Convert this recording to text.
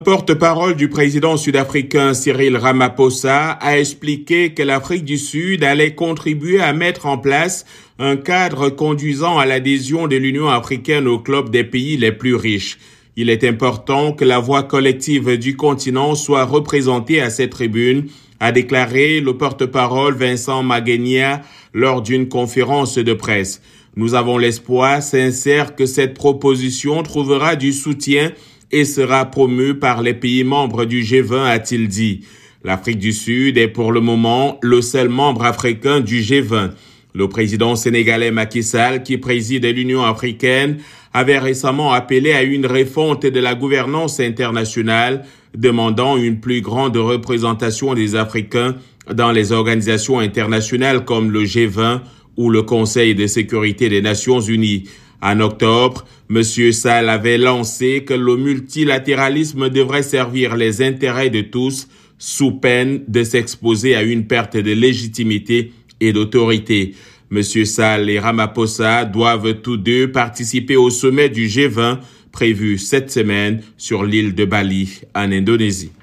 Porte-parole du président sud-africain Cyril Ramaphosa a expliqué que l'Afrique du Sud allait contribuer à mettre en place un cadre conduisant à l'adhésion de l'Union africaine au club des pays les plus riches. Il est important que la voix collective du continent soit représentée à cette tribune, a déclaré le porte-parole Vincent Magenia lors d'une conférence de presse. Nous avons l'espoir sincère que cette proposition trouvera du soutien et sera promue par les pays membres du G20, a-t-il dit. L'Afrique du Sud est pour le moment le seul membre africain du G20. Le président sénégalais Macky Sall, qui préside l'Union africaine, avait récemment appelé à une refonte de la gouvernance internationale, demandant une plus grande représentation des Africains dans les organisations internationales comme le G20 ou le Conseil de sécurité des Nations Unies. En octobre, M. Sall avait lancé que le multilatéralisme devrait servir les intérêts de tous, sous peine de s'exposer à une perte de légitimité et d'autorité. M. Sall et Ramaphosa doivent tous deux participer au sommet du G20 prévu cette semaine sur l'île de Bali, en Indonésie.